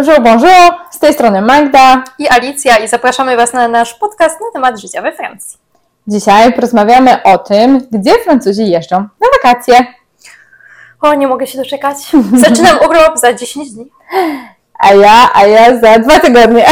Bonjour, bonjour, z tej strony Magda i Alicja i zapraszamy Was na nasz podcast na temat życia we Francji. Dzisiaj porozmawiamy o tym, gdzie Francuzi jeżdżą na wakacje. O, nie mogę się doczekać. Zaczynam urlop za 10 dni. A ja za 2 tygodnie.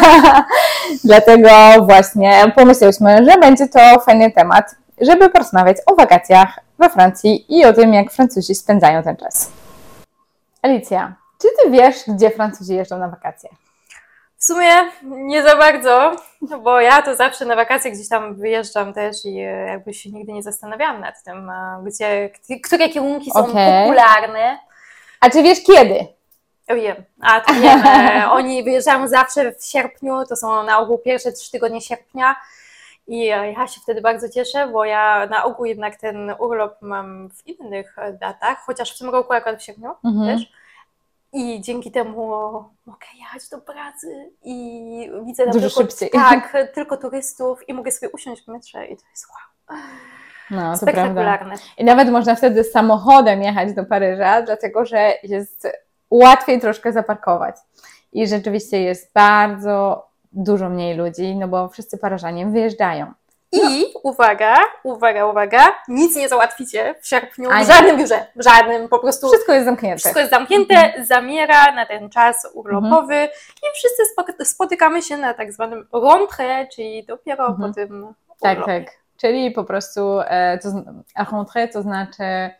Dlatego właśnie pomyślałyśmy, że będzie to fajny temat, żeby porozmawiać o wakacjach we Francji i o tym, jak Francuzi spędzają ten czas. Alicja, czy ty wiesz, gdzie Francuzi jeżdżą na wakacje? W sumie nie za bardzo, bo ja to zawsze na wakacje gdzieś tam wyjeżdżam też i jakby się nigdy nie zastanawiałam nad tym, które kierunki są popularne. A czy wiesz kiedy? Wiem, to wiem. Oni wyjeżdżają zawsze w sierpniu, to są na ogół pierwsze 3 tygodnie sierpnia i ja się wtedy bardzo cieszę, bo ja na ogół jednak ten urlop mam w innych datach, chociaż w tym roku akurat w sierpniu też. I dzięki temu mogę jechać do pracy i widzę dużo szybciej. Tak, tylko turystów i mogę sobie usiąść w metrze i to jest wow. No, to spektakularne. Prawda. I nawet można wtedy samochodem jechać do Paryża, dlatego że jest łatwiej troszkę zaparkować. I rzeczywiście jest bardzo dużo mniej ludzi, no bo wszyscy Paryżanie wyjeżdżają. I uwaga, nic nie załatwicie w sierpniu, w żadnym biurze, w żadnym, po prostu wszystko jest zamknięte. Wszystko jest zamknięte, zamiera na ten czas urlopowy i wszyscy spotykamy się na tak zwanym rentrée, czyli dopiero po tym urlopie. Tak. Czyli po prostu rentrée to znaczy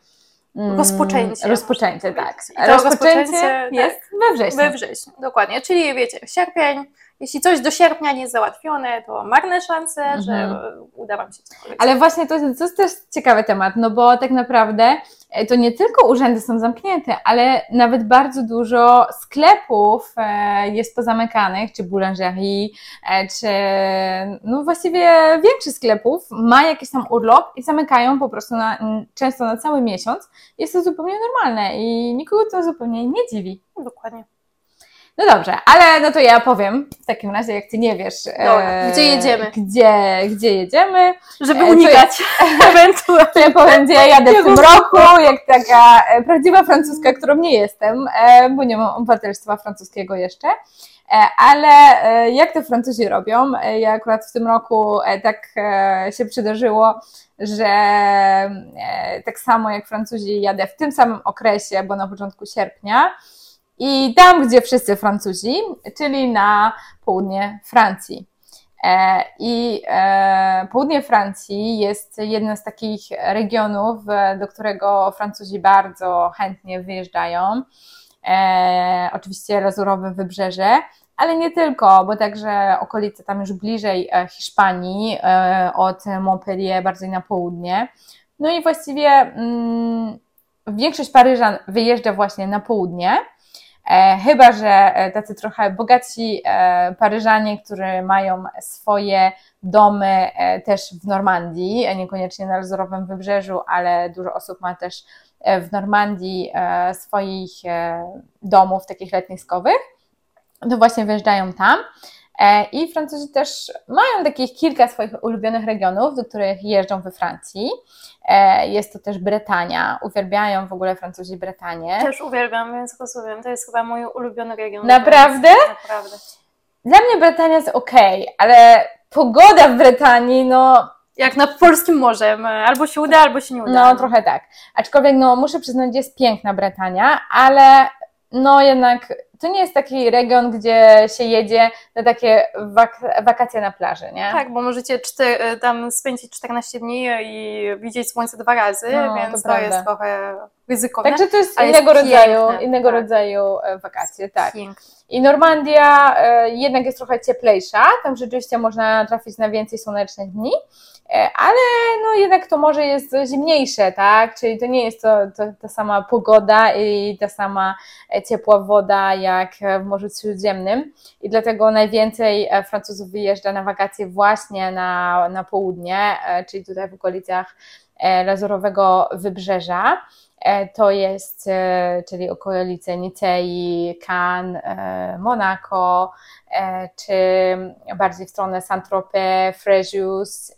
rozpoczęcie, tak. Rozpoczęcie jest we wrześniu. We wrześniu, dokładnie. Czyli wiecie, sierpień, jeśli coś do sierpnia nie jest załatwione, to marne szanse, że uda Wam się cokolwiek. Ale właśnie to jest też ciekawy temat, no bo tak naprawdę to nie tylko urzędy są zamknięte, ale nawet bardzo dużo sklepów jest pozamykanych, czy boulangerie, czy no właściwie większość sklepów ma jakiś tam urlop i zamykają po prostu często na cały miesiąc. Jest to zupełnie normalne i nikogo to zupełnie nie dziwi. Dokładnie. No dobrze, ale no to ja powiem w takim razie, jak ty nie wiesz, gdzie jedziemy. Gdzie jedziemy. Żeby unikać ewentualnie. To ja powiem, gdzie ja jadę w tym roku, jak taka prawdziwa francuska, którą nie jestem, bo nie mam obywatelstwa francuskiego jeszcze. Ale jak to Francuzi robią? Ja akurat w tym roku tak się przydarzyło, że tak samo jak Francuzi jadę w tym samym okresie, bo na początku sierpnia, i tam, gdzie wszyscy Francuzi, czyli na południe Francji. Południe Francji jest jednym z takich regionów, do którego Francuzi bardzo chętnie wyjeżdżają. Oczywiście Lazurowe Wybrzeże, ale nie tylko, bo także okolice tam już bliżej Hiszpanii, od Montpellier bardziej na południe. No i właściwie większość Paryżan wyjeżdża właśnie na południe. Chyba że tacy trochę bogaci Paryżanie, którzy mają swoje domy też w Normandii, niekoniecznie na Lazurowym Wybrzeżu, ale dużo osób ma też w Normandii swoich domów takich letniskowych, to właśnie wyjeżdżają tam. I Francuzi też mają takich kilka swoich ulubionych regionów, do których jeżdżą we Francji. Jest to też Bretania. Uwielbiają w ogóle Francuzi Bretanię. Też uwielbiam, więc rozumiem. To jest chyba mój ulubiony region. Naprawdę? Naprawdę. Dla mnie Bretania jest okej, ale pogoda w Bretanii, no... Jak nad polskim morzem. Albo się uda, albo się nie uda. No, trochę tak. Aczkolwiek, no, muszę przyznać, że jest piękna Bretania, ale no jednak to nie jest taki region, gdzie się jedzie na takie wakacje na plaży, nie? Tak, bo możecie tam spędzić 14 dni i widzieć słońce 2 razy, więc to jest trochę ryzykowne. Także to jest innego rodzaju wakacje, tak. Piękne. I Normandia jednak jest trochę cieplejsza, tam rzeczywiście można trafić na więcej słonecznych dni, ale no jednak to morze jest zimniejsze, tak? Czyli to nie jest ta sama pogoda i ta sama ciepła woda jak w Morzu Śródziemnym i dlatego najwięcej Francuzów wyjeżdża na wakacje właśnie na południe, czyli tutaj w okolicach Lazurowego Wybrzeża. To jest, czyli okolice Nicei, Cannes, Monaco, czy bardziej w stronę Saint-Tropez, Fréjus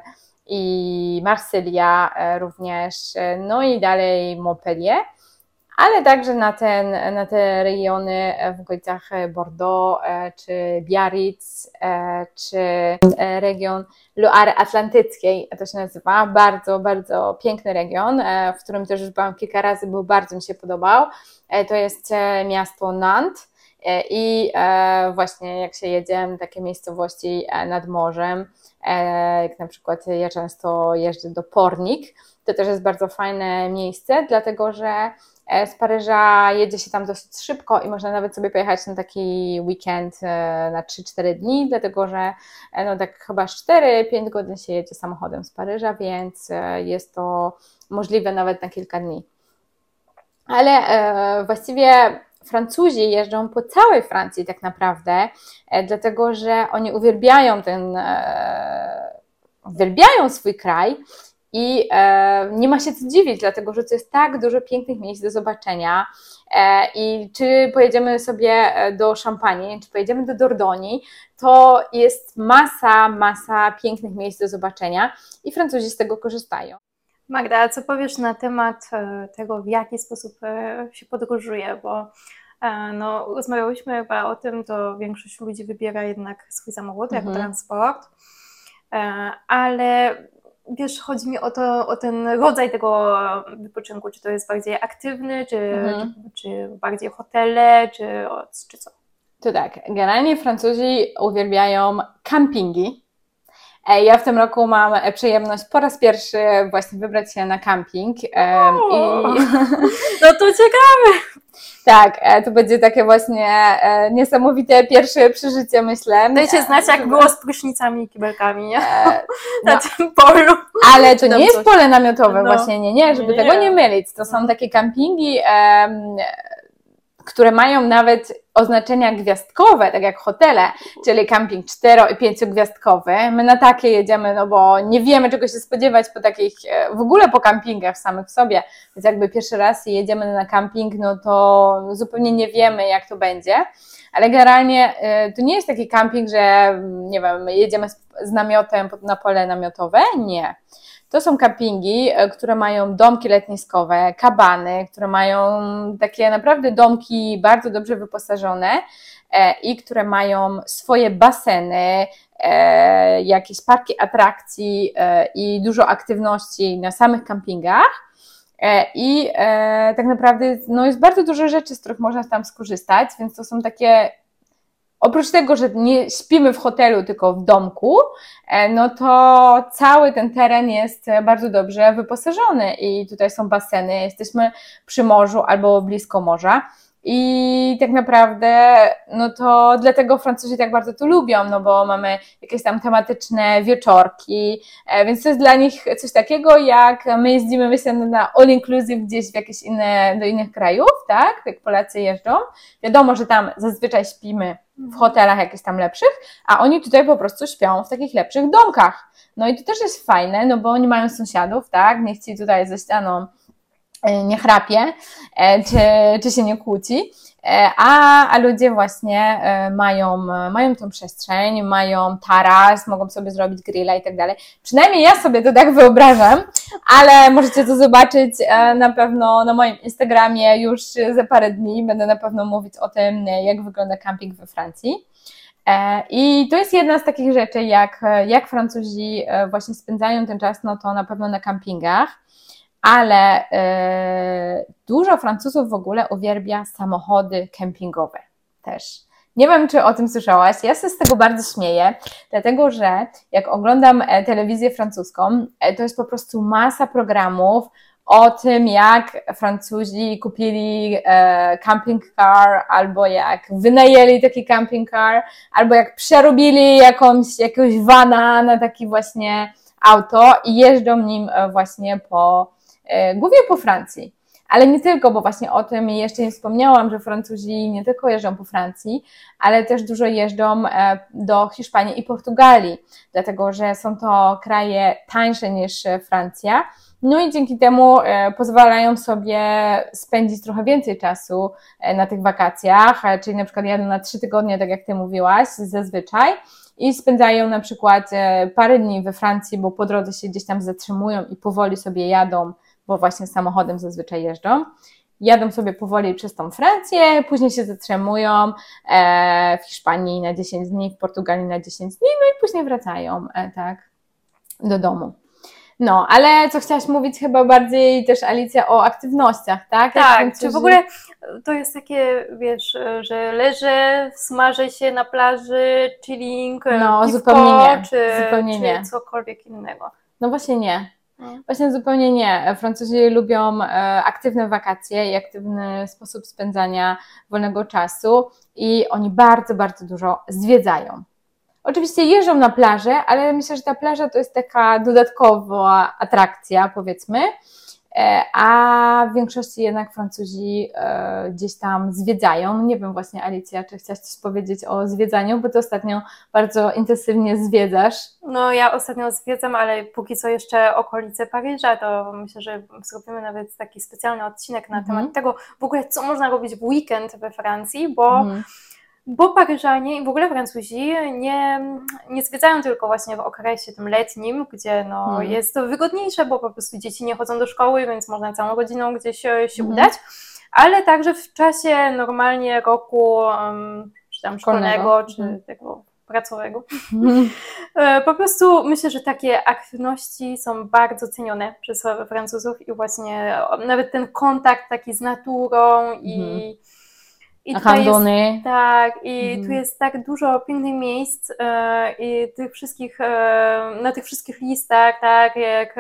i Marsylia również, no i dalej Montpellier. ale także na te regiony w okolicach Bordeaux, czy Biarritz, czy region Loary Atlantyckiej, to się nazywa, bardzo, bardzo piękny region, w którym też już byłam kilka razy, bo bardzo mi się podobał. To jest miasto Nantes i właśnie jak się jedzie w takie miejscowości nad morzem, jak na przykład ja często jeżdżę do Pornic, to też jest bardzo fajne miejsce, dlatego że z Paryża jedzie się tam dosyć szybko i można nawet sobie pojechać na taki weekend na 3-4 dni, dlatego że no tak chyba 4-5 godzin się jedzie samochodem z Paryża, więc jest to możliwe nawet na kilka dni. Ale właściwie Francuzi jeżdżą po całej Francji tak naprawdę, dlatego że oni uwielbiają swój kraj i nie ma się co dziwić, dlatego że to jest tak dużo pięknych miejsc do zobaczenia i czy pojedziemy sobie do Szampanii, czy pojedziemy do Dordogne, to jest masa pięknych miejsc do zobaczenia i Francuzi z tego korzystają. Magda, a co powiesz na temat tego, w jaki sposób się podróżuje, bo no, rozmawiałyśmy chyba o tym, to większość ludzi wybiera jednak swój samochód jako transport, ale wiesz, chodzi mi o ten rodzaj tego wypoczynku, czy to jest bardziej aktywny, czy bardziej hotele, czy co? To tak, generalnie Francuzi uwielbiają kampingi. Ja w tym roku mam przyjemność po raz pierwszy właśnie wybrać się na camping. No to ciekawe! Tak, to będzie takie właśnie niesamowite pierwsze przeżycie, myślę. Dajcie znać, jak było z prysznicami i kibelkami, nie? Na tym polu. Ale to nie jest pole namiotowe, właśnie nie, żeby tego nie mylić. To są takie kampingi, które mają nawet oznaczenia gwiazdkowe, tak jak hotele, czyli camping 4- i 5-gwiazdkowy. My na takie jedziemy, no bo nie wiemy, czego się spodziewać po takich, w ogóle po kampingach samych w sobie. Więc jakby pierwszy raz jedziemy na camping, no to zupełnie nie wiemy, jak to będzie. Ale generalnie to nie jest taki camping, że nie wiem, jedziemy z namiotem na pole namiotowe. Nie. To są kampingi, które mają domki letniskowe, kabany, które mają takie naprawdę domki bardzo dobrze wyposażone i które mają swoje baseny, jakieś parki atrakcji i dużo aktywności na samych kampingach. I tak naprawdę no, jest bardzo dużo rzeczy, z których można tam skorzystać, więc to są takie, oprócz tego, że nie śpimy w hotelu, tylko w domku, no to cały ten teren jest bardzo dobrze wyposażony i tutaj są baseny, jesteśmy przy morzu albo blisko morza. I tak naprawdę, no to dlatego Francuzi tak bardzo to lubią, no bo mamy jakieś tam tematyczne wieczorki, więc to jest dla nich coś takiego, jak my jeździmy, myślę, na all inclusive gdzieś w jakieś do innych krajów, tak, jak Polacy jeżdżą. Wiadomo, że tam zazwyczaj śpimy w hotelach jakichś tam lepszych, a oni tutaj po prostu śpią w takich lepszych domkach. No i to też jest fajne, no bo oni mają sąsiadów, tak, niech ci tutaj ze ścianą nie chrapie, czy się nie kłóci, a ludzie właśnie mają tą przestrzeń, mają taras, mogą sobie zrobić grilla i tak dalej. Przynajmniej ja sobie to tak wyobrażam, ale możecie to zobaczyć na pewno na moim Instagramie już za parę dni. Będę na pewno mówić o tym, jak wygląda camping we Francji. I to jest jedna z takich rzeczy, jak Francuzi właśnie spędzają ten czas, no to na pewno na campingach. Ale dużo Francuzów w ogóle uwielbia samochody kempingowe też. Nie wiem, czy o tym słyszałaś, ja się z tego bardzo śmieję, dlatego że jak oglądam telewizję francuską, to jest po prostu masa programów o tym, jak Francuzi kupili camping car, albo jak wynajęli taki camping car, albo jak przerobili jakiegoś vana na taki właśnie auto i jeżdżą nim właśnie głównie po Francji, ale nie tylko, bo właśnie o tym jeszcze nie wspomniałam, że Francuzi nie tylko jeżdżą po Francji, ale też dużo jeżdżą do Hiszpanii i Portugalii, dlatego że są to kraje tańsze niż Francja, no i dzięki temu pozwalają sobie spędzić trochę więcej czasu na tych wakacjach, czyli na przykład jadą na 3 tygodnie, tak jak Ty mówiłaś, zazwyczaj, i spędzają na przykład parę dni we Francji, bo po drodze się gdzieś tam zatrzymują i powoli sobie jadą, bo właśnie samochodem zazwyczaj jeżdżą. jadą sobie powoli przez tą Francję, później się zatrzymują w Hiszpanii na 10 dni, w Portugalii na 10 dni, no i później wracają tak do domu. No, ale co chciałaś mówić chyba bardziej też, Alicja, o aktywnościach, tak? Tak, czy w ogóle to jest takie, wiesz, że leżę, smażę się na plaży, chilling, no, piwko, zupełnie nie. czy cokolwiek innego? No właśnie nie. Właśnie zupełnie nie. Francuzi lubią aktywne wakacje i aktywny sposób spędzania wolnego czasu i oni bardzo, bardzo dużo zwiedzają. Oczywiście jeżdżą na plażę, ale myślę, że ta plaża to jest taka dodatkowa atrakcja, powiedzmy, a w większości jednak Francuzi gdzieś tam zwiedzają. Nie wiem właśnie, Alicja, czy chciałaś coś powiedzieć o zwiedzaniu, bo ty ostatnio bardzo intensywnie zwiedzasz. No ja ostatnio zwiedzam, ale póki co jeszcze okolice Paryża, to myślę, że zrobimy nawet taki specjalny odcinek na temat tego, w ogóle co można robić w weekend we Francji, bo Paryżanie i w ogóle Francuzi nie zwiedzają tylko właśnie w okresie tym letnim, gdzie jest to wygodniejsze, bo po prostu dzieci nie chodzą do szkoły, więc można całą rodziną gdzieś się udać, ale także w czasie normalnie roku czy tam szkolnego, czy tego pracowego. Po prostu myślę, że takie aktywności są bardzo cenione przez Francuzów i właśnie nawet ten kontakt taki z naturą i randonnée. Tak, i tu jest tak dużo pięknych miejsc i tych wszystkich, na tych wszystkich listach, tak, jak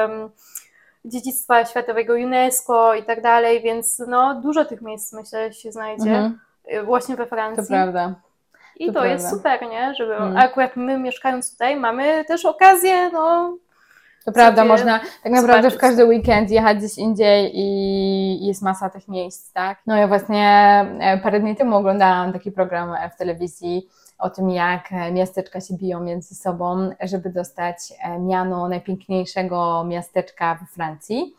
dziedzictwa światowego UNESCO i tak dalej, więc dużo tych miejsc, myślę, się znajdzie właśnie we Francji. To prawda. I to jest super, nie? Żeby akurat my mieszkając tutaj mamy też okazję, to prawda, można tak naprawdę w każdy weekend jechać gdzieś indziej i jest masa tych miejsc, tak? No ja właśnie parę dni temu oglądałam taki program w telewizji o tym, jak miasteczka się biją między sobą, żeby dostać miano najpiękniejszego miasteczka we Francji.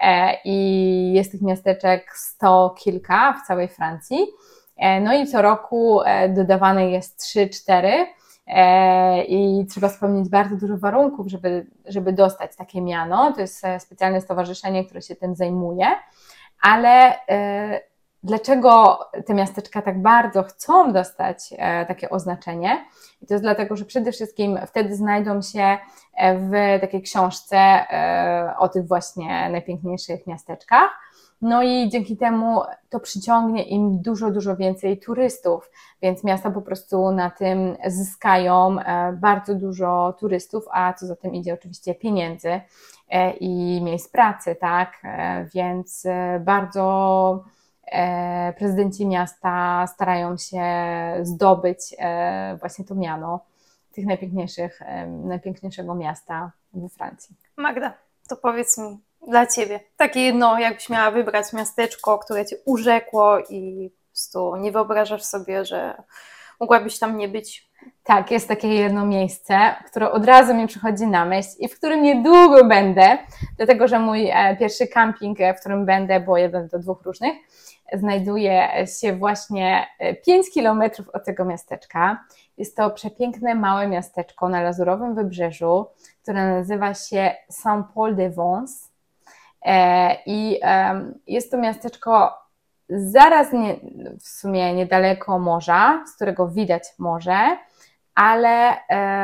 I jest tych miasteczek 100 kilka w całej Francji. No i co roku dodawane jest 3-4 i trzeba spełnić bardzo dużo warunków, żeby dostać takie miano. To jest specjalne stowarzyszenie, które się tym zajmuje, ale dlaczego te miasteczka tak bardzo chcą dostać takie oznaczenie? I to jest dlatego, że przede wszystkim wtedy znajdą się w takiej książce o tych właśnie najpiękniejszych miasteczkach. No i dzięki temu to przyciągnie im dużo, dużo więcej turystów, więc miasta po prostu na tym zyskają bardzo dużo turystów, a co za tym idzie oczywiście pieniędzy i miejsc pracy, tak? Więc bardzo prezydenci miasta starają się zdobyć właśnie to miano tych najpiękniejszego miasta we Francji. Magda, to powiedz mi, dla Ciebie, takie jedno, jakbyś miała wybrać miasteczko, które Cię urzekło i po prostu nie wyobrażasz sobie, że mogłabyś tam nie być? Tak, jest takie jedno miejsce, które od razu mi przychodzi na myśl i w którym niedługo będę, dlatego że mój pierwszy camping, w którym będę, bo jeden do 2 różnych, znajduje się właśnie 5 kilometrów od tego miasteczka. Jest to przepiękne, małe miasteczko na Lazurowym Wybrzeżu, które nazywa się Saint-Paul-de-Vence i jest to miasteczko zaraz w sumie niedaleko morza, z którego widać morze, ale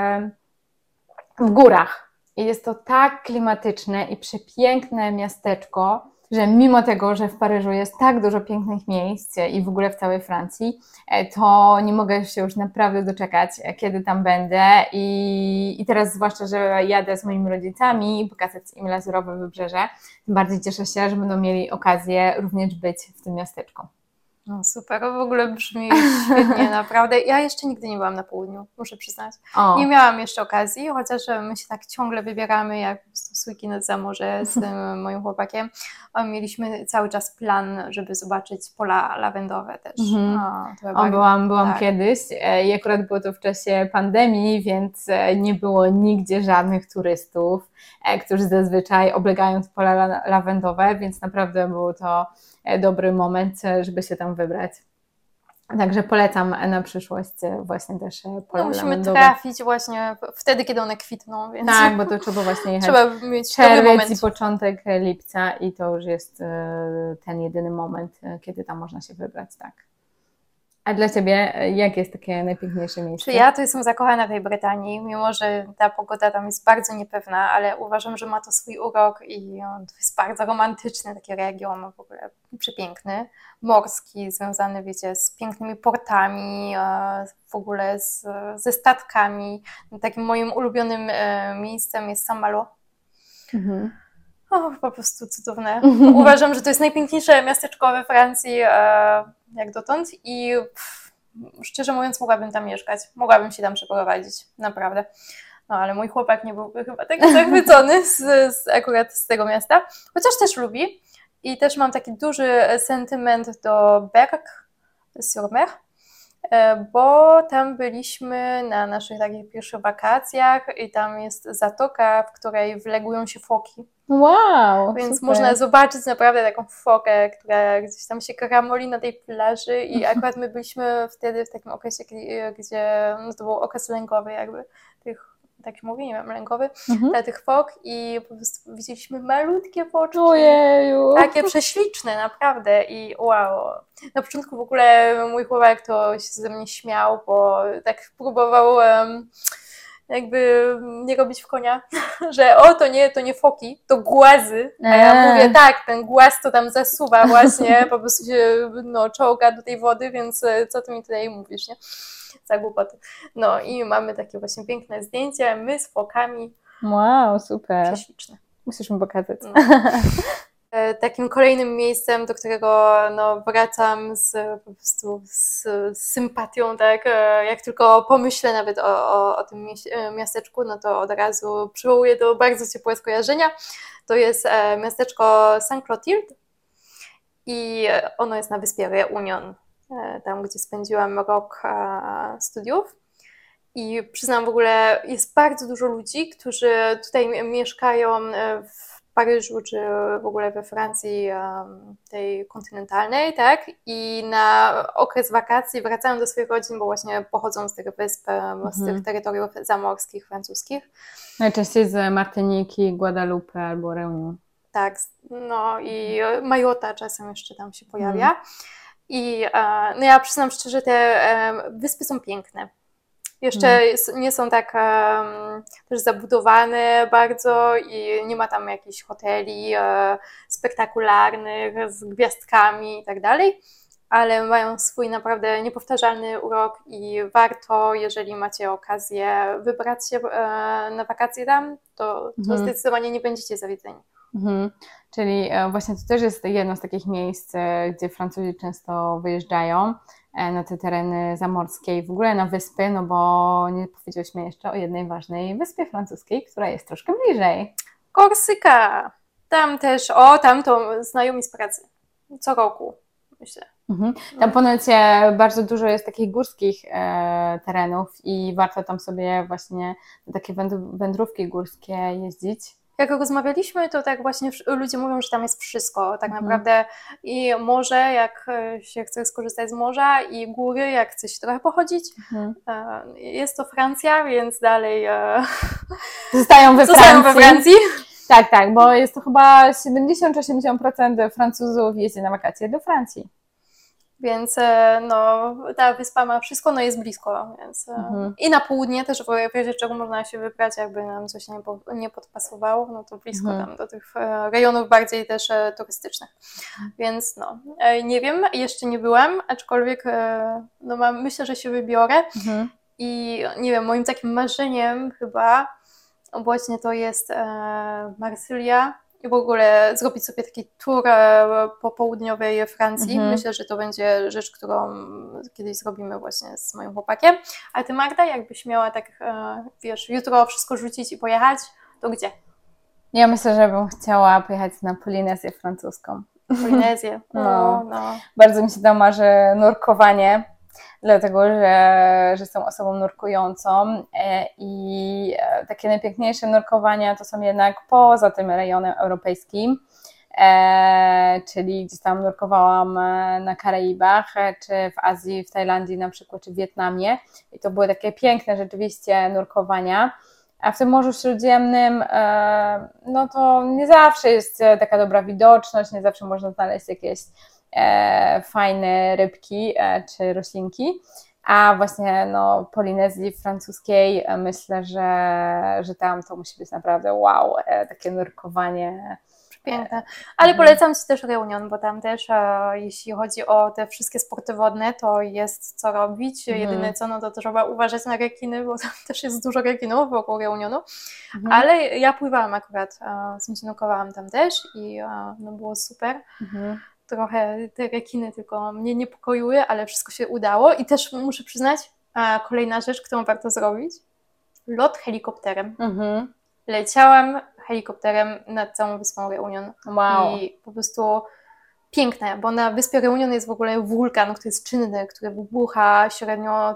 w górach. I jest to tak klimatyczne i przepiękne miasteczko, że mimo tego, że w Paryżu jest tak dużo pięknych miejsc i w ogóle w całej Francji, to nie mogę się już naprawdę doczekać, kiedy tam będę i teraz zwłaszcza, że jadę z moimi rodzicami i pokazać im Lazurowe Wybrzeże, tym bardziej cieszę się, że będą mieli okazję również być w tym miasteczku. No super, w ogóle brzmi świetnie, naprawdę. Ja jeszcze nigdy nie byłam na południu, muszę przyznać. Nie miałam jeszcze okazji, chociaż my się tak ciągle wybieramy, jak po prostu z weekend za morze z tym moim chłopakiem. Mieliśmy cały czas plan, żeby zobaczyć pola lawendowe też. Byłam kiedyś i akurat było to w czasie pandemii, więc nie było nigdzie żadnych turystów, którzy zazwyczaj oblegają pola lawendowe, więc naprawdę było to dobry moment, żeby się tam wybrać. Także polecam na przyszłość właśnie też pole No, musimy lawendowe. trafić właśnie wtedy, kiedy one kwitną, więc Tak, bo to trzeba właśnie jechać trzeba mieć dobry czerwiec moment. i początek lipca i to już jest ten jedyny moment, kiedy tam można się wybrać, tak. A dla Ciebie, jakie jest takie najpiękniejsze miejsce? Czy ja to jestem zakochana w tej Brytanii, mimo że ta pogoda tam jest bardzo niepewna, ale uważam, że ma to swój urok i to jest bardzo romantyczny taki region, w ogóle przepiękny, morski, związany, wiecie, z pięknymi portami, w ogóle ze statkami. Takim moim ulubionym miejscem jest Saint-Malo. O, po prostu cudowne. Uważam, że to jest najpiękniejsze miasteczko we Francji jak dotąd i szczerze mówiąc mogłabym tam mieszkać, mogłabym się tam przeprowadzić, naprawdę. No ale mój chłopak nie byłby chyba taki zachwycony akurat z tego miasta, chociaż też lubi i też mam taki duży sentyment do Berck-sur-Mer, bo tam byliśmy na naszych takich pierwszych wakacjach i tam jest zatoka, w której wlegują się foki. Wow, Więc super. można zobaczyć naprawdę taką fokę, która gdzieś tam się kramoli na tej plaży i akurat my byliśmy wtedy w takim okresie, gdzie no to był okres lęgowy jakby tych, tak się mówi, nie wiem, lęgowy, dla tych fok i po prostu widzieliśmy malutkie foczki. Ojeju. Takie prześliczne, naprawdę i wow. Na początku w ogóle mój chłopak to się ze mnie śmiał, bo tak próbował jakby nie robić w konia, że to nie foki, to głazy. A ja mówię, tak, ten głaz to tam zasuwa właśnie, po prostu się czołga do tej wody, więc co ty mi tutaj mówisz, nie? Za głupoty. No i mamy takie właśnie piękne zdjęcie, my z fokami. Wow, super. Prześliczne. Musisz mi pokazać. No. Takim kolejnym miejscem, do którego wracam po prostu z sympatią, tak, jak tylko pomyślę nawet o tym miasteczku, no to od razu przywołuję do bardzo ciepłe skojarzenia. To jest miasteczko Saint-Clotilde i ono jest na wyspie Réunion, tam gdzie spędziłam rok studiów. I przyznam, w ogóle jest bardzo dużo ludzi, którzy tutaj mieszkają w Paryżu, czy w ogóle we Francji tej kontynentalnej, tak? I na okres wakacji wracają do swoich rodzin, bo właśnie pochodzą z tych wysp, z tych terytoriów zamorskich, francuskich. Najczęściej z Martyniki, Guadalupe albo Réunion. Tak, no i Majota czasem jeszcze tam się pojawia. I no ja przyznam szczerze, te wyspy są piękne. Jeszcze nie są tak też zabudowane bardzo i nie ma tam jakichś hoteli spektakularnych z gwiazdkami i tak dalej, ale mają swój naprawdę niepowtarzalny urok i warto, jeżeli macie okazję wybrać się na wakacje tam, to zdecydowanie nie będziecie zawiedzeni. Czyli właśnie to też jest jedno z takich miejsc, gdzie Francuzi często wyjeżdżają na te tereny zamorskie i w ogóle na wyspy, no bo nie powiedzieliśmy jeszcze o jednej ważnej wyspie francuskiej, która jest troszkę bliżej. Korsyka! Tam też, tam to znajomi z pracy. Co roku, myślę. Tam ponoć bardzo dużo jest takich górskich terenów i warto tam sobie właśnie na takie wędrówki górskie jeździć. Jak rozmawialiśmy, to tak właśnie ludzie mówią, że tam jest wszystko tak naprawdę i morze, jak się chce skorzystać z morza i góry, jak chce się trochę pochodzić. Jest to Francja, więc dalej zostają we Francji. Tak, bo jest to chyba 70-80% Francuzów jeździ na wakacje do Francji. Więc ta wyspa ma wszystko, no jest blisko, więc i na południe też w razie czego można się wybrać, jakby nam coś nie podpasowało, no to blisko tam do tych rejonów bardziej też turystycznych. Więc nie wiem, jeszcze nie byłam, aczkolwiek myślę, że się wybiorę i nie wiem, moim takim marzeniem chyba właśnie to jest Marsylia. I w ogóle zrobić sobie taki tour po południowej Francji. Myślę, że to będzie rzecz, którą kiedyś zrobimy właśnie z moim chłopakiem. A ty, Magda, jakbyś miała tak, jutro wszystko rzucić i pojechać, to gdzie? Ja myślę, że bym chciała pojechać na Polinezję francuską. Polinezję, no. Bardzo mi się tam marzy nurkowanie, dlatego że jestem osobą nurkującą i takie najpiękniejsze nurkowania to są jednak poza tym rejonem europejskim, czyli gdzieś tam nurkowałam na Karaibach, czy w Azji, w Tajlandii na przykład, czy w Wietnamie i to były takie piękne rzeczywiście nurkowania. A w tym Morzu Śródziemnym, no to nie zawsze jest taka dobra widoczność, nie zawsze można znaleźć jakieś fajne rybki czy roślinki, a właśnie no, Polinezji francuskiej myślę, że tam to musi być naprawdę wow, takie nurkowanie. Piękne. Ale polecam Ci też Reunion, bo tam też, jeśli chodzi o te wszystkie sporty wodne, to jest co robić. Jedyne co, no to trzeba uważać na rekiny, bo tam też jest dużo rekinów wokół Reunionu. Ale ja pływałam akurat, w sensie nurkowałam tam też i no było super. Trochę te rekiny tylko mnie niepokoiły, ale wszystko się udało. I też muszę przyznać, kolejna rzecz, którą warto zrobić, lot helikopterem. Leciałam helikopterem nad całą wyspą Reunion. Wow. I po prostu piękne, bo na wyspie Reunion jest w ogóle wulkan, który jest czynny, który wybucha średnio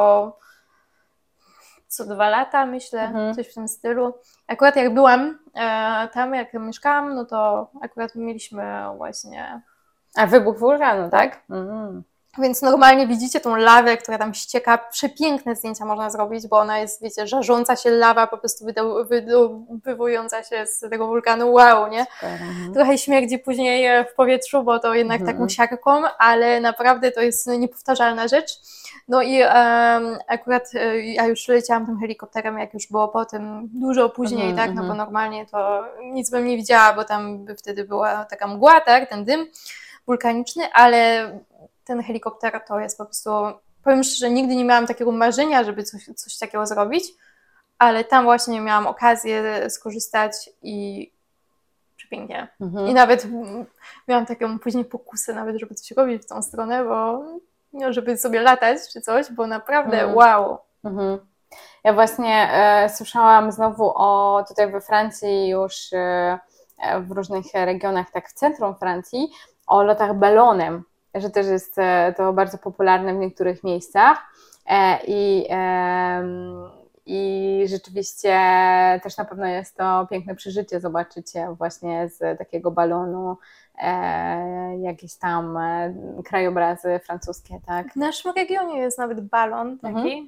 co 2 lata, myślę, coś w tym stylu. Akurat jak byłam tam, jak mieszkałam, no to akurat mieliśmy właśnie... A wybuch wulkanu, tak? Więc normalnie widzicie tą lawę, która tam ścieka. Przepiękne zdjęcia można zrobić, bo ona jest, wiecie, żarząca się lawa, po prostu wywołująca się z tego wulkanu. Wow, nie? Trochę śmierdzi później w powietrzu, bo to jednak taką siarką, ale naprawdę to jest niepowtarzalna rzecz. No i akurat ja już leciałam tym helikopterem, jak już było potem, dużo później, tak? No bo normalnie to nic bym nie widziała, bo tam by wtedy była taka mgła, tak? Ten dym wulkaniczny, ale ten helikopter to jest po prostu, powiem szczerze, nigdy nie miałam takiego marzenia, żeby coś takiego zrobić, ale tam właśnie miałam okazję skorzystać i przepięknie. I nawet miałam taką później pokusę nawet, żeby coś robić w tą stronę, bo no, żeby sobie latać czy coś, bo naprawdę wow. Ja właśnie słyszałam znowu tutaj we Francji już w różnych regionach, tak w centrum Francji, o lotach balonem, że też jest to bardzo popularne w niektórych miejscach i rzeczywiście też na pewno jest to piękne przeżycie zobaczyć właśnie z takiego balonu jakieś tam krajobrazy francuskie, tak? W naszym regionie jest nawet balon taki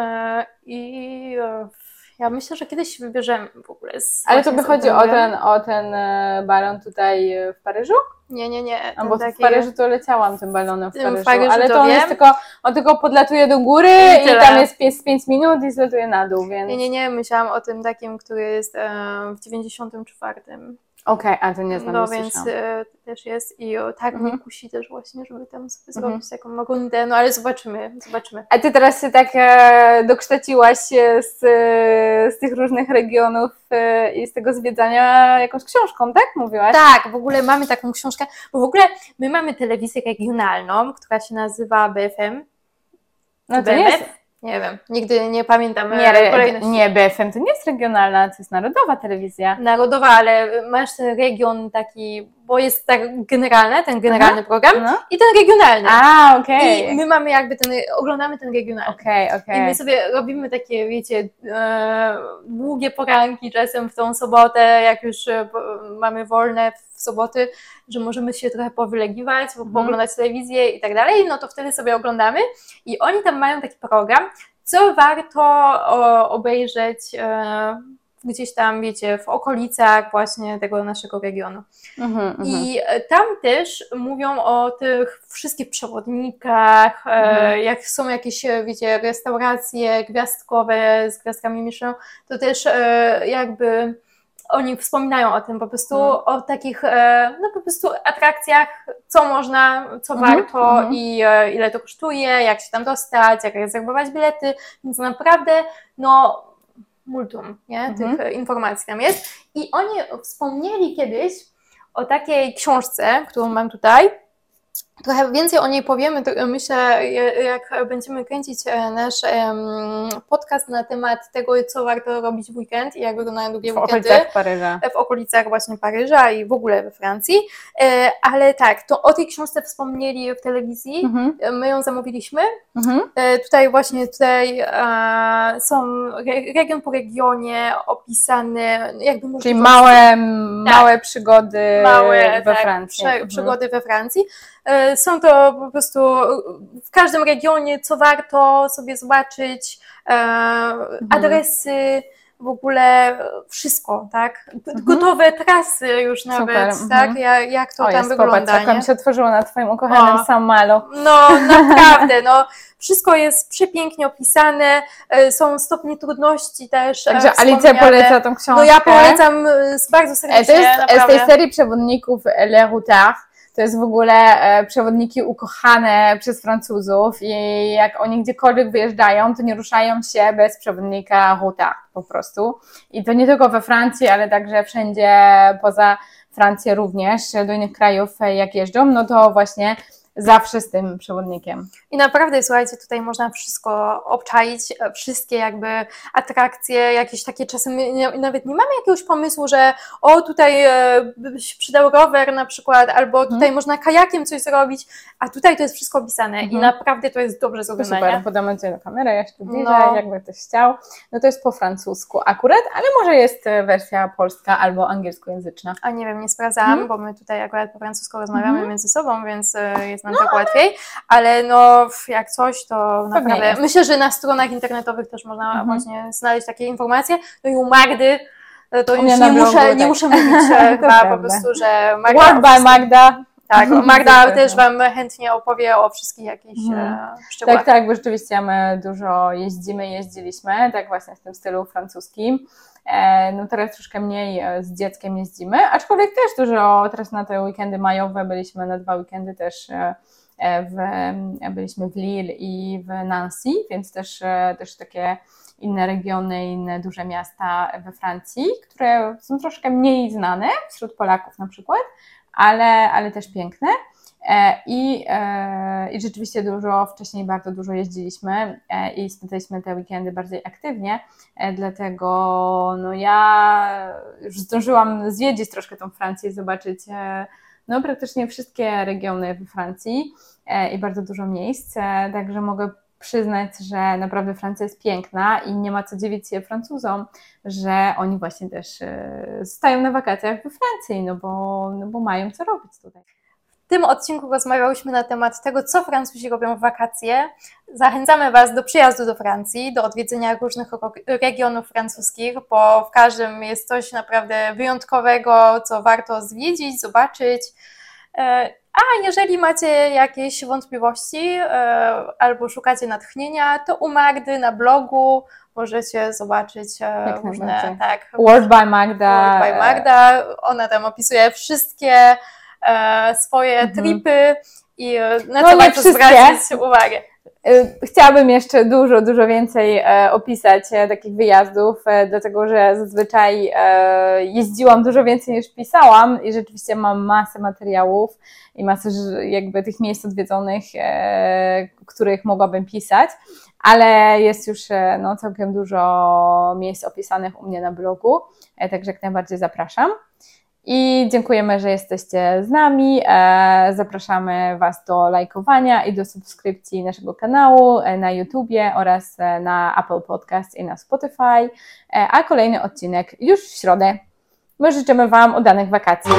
i ja myślę, że kiedyś się wybierzemy w ogóle. Ale to by chodzi o ten balon tutaj w Paryżu? Nie. No bo w Paryżu to leciałam tym balonem w Paryżu, ale to on tylko podlatuje do góry i tam jest 5 minut i zlatuje na dół, więc... Nie, myślałam o tym takim, który jest w 94. Okej, a to nie znam, no więc też jest i tak mnie kusi też właśnie, żeby tam sobie zrobić taką rundę, no ale zobaczymy. A ty teraz się tak dokształciłaś z tych różnych regionów i z tego zwiedzania jakąś książką, tak? Mówiłaś? Tak, w ogóle mamy taką książkę, bo w ogóle my mamy telewizję regionalną, która się nazywa BFM. No to jest... Nie wiem, nigdy nie pamiętam kolejności. Nie, BFM to nie jest regionalna, to jest narodowa telewizja. Narodowa, ale masz ten region taki, bo jest tak generalny, ten generalny program i ten regionalny. Okej. I my mamy jakby oglądamy ten regionalny. Okej. I my sobie robimy takie, wiecie, długie poranki czasem w tą sobotę, jak już mamy wolne w soboty, że możemy się trochę powylegiwać, pooglądać telewizję i tak dalej, no to wtedy sobie oglądamy i oni tam mają taki program, co warto obejrzeć gdzieś tam, wiecie, w okolicach właśnie tego naszego regionu. I tam też mówią o tych wszystkich przewodnikach, jak są jakieś, wiecie, restauracje gwiazdkowe z gwiazdkami Michelin, to też jakby oni wspominają o tym po prostu, o takich no po prostu atrakcjach, co można, co warto i ile to kosztuje, jak się tam dostać, jak rezerwować bilety, więc naprawdę no multum, nie? Tych informacji tam jest. I oni wspomnieli kiedyś o takiej książce, którą mam tutaj, trochę więcej o niej powiemy, to myślę, jak będziemy kręcić nasz podcast na temat tego, co warto robić w weekend i jak wyglądają długie weekendy. W okolicach Paryża. W okolicach właśnie Paryża i w ogóle we Francji. Ale tak, to o tej książce wspomnieli w telewizji, my ją zamówiliśmy. Tutaj są region po regionie opisane, jakby czyli małe przygody we Francji. Przygody we Francji. Są to po prostu w każdym regionie, co warto sobie zobaczyć, adresy, w ogóle wszystko, tak? Gotowe trasy już nawet, tak? Jak to tam wygląda. Popatrz, mi się otworzyło na Twoim ukochanym Saint-Malo. No naprawdę, no wszystko jest przepięknie opisane, są stopnie trudności też. Także Alicja poleca tą książkę. No ja polecam bardzo serdecznie. To jest z tej serii przewodników Les Routards. To jest w ogóle przewodniki ukochane przez Francuzów i jak oni gdziekolwiek wyjeżdżają, to nie ruszają się bez przewodnika Routard po prostu. I to nie tylko we Francji, ale także wszędzie poza Francją również, do innych krajów jak jeżdżą, no to właśnie zawsze z tym przewodnikiem. I naprawdę, słuchajcie, tutaj można wszystko obczaić, wszystkie jakby atrakcje, jakieś takie czasem nawet nie mamy jakiegoś pomysłu, że tutaj by się przydał rower na przykład, albo tutaj można kajakiem coś zrobić, a tutaj to jest wszystko opisane i naprawdę to jest dobrze zrobione. Super, podamy Cię do kamery jeszcze bliżej, jakby ktoś chciał. No to jest po francusku akurat, ale może jest wersja polska albo angielskojęzyczna. A nie wiem, nie sprawdzałam, bo my tutaj akurat po francusku rozmawiamy między sobą, więc jest nam tak łatwiej, ale jak coś, to naprawdę myślę, że na stronach internetowych też można właśnie znaleźć takie informacje. No i u Magdy to już nie muszę mówić chyba po prostu, że Magda... Word by Magda. Tak, Magda też Wam chętnie opowie o wszystkich jakichś szczegółach. Tak, bo rzeczywiście my dużo jeździliśmy, tak właśnie w tym stylu francuskim. No teraz troszkę mniej z dzieckiem jeździmy, aczkolwiek też dużo, teraz na te weekendy majowe byliśmy na 2 weekendy też byliśmy w Lille i w Nancy, więc też takie inne regiony, inne duże miasta we Francji, które są troszkę mniej znane wśród Polaków na przykład, ale też piękne. I rzeczywiście bardzo dużo jeździliśmy i spędzaliśmy te weekendy bardziej aktywnie, dlatego ja już zdążyłam zwiedzić troszkę tą Francję i zobaczyć praktycznie wszystkie regiony we Francji i bardzo dużo miejsc, także mogę przyznać, że naprawdę Francja jest piękna i nie ma co dziwić się Francuzom, że oni właśnie też stają na wakacjach we Francji, no bo mają co robić tutaj. W tym odcinku rozmawiałyśmy na temat tego, co Francuzi robią w wakacje. Zachęcamy Was do przyjazdu do Francji, do odwiedzenia różnych regionów francuskich, bo w każdym jest coś naprawdę wyjątkowego, co warto zwiedzić, zobaczyć. A jeżeli macie jakieś wątpliwości albo szukacie natchnienia, to u Magdy na blogu możecie zobaczyć różne... Word by Magda. Word by Magda. Ona tam opisuje wszystkie swoje tripy i na co warto zwrócić uwagę. Chciałabym jeszcze dużo więcej opisać takich wyjazdów, dlatego że zazwyczaj jeździłam dużo więcej niż pisałam i rzeczywiście mam masę materiałów i masę jakby tych miejsc odwiedzonych, których mogłabym pisać, ale jest już całkiem dużo miejsc opisanych u mnie na blogu, także jak najbardziej zapraszam. I dziękujemy, że jesteście z nami. Zapraszamy Was do lajkowania i do subskrypcji naszego kanału na YouTubie oraz na Apple Podcast i na Spotify. A kolejny odcinek już w środę. My życzymy Wam udanych wakacji.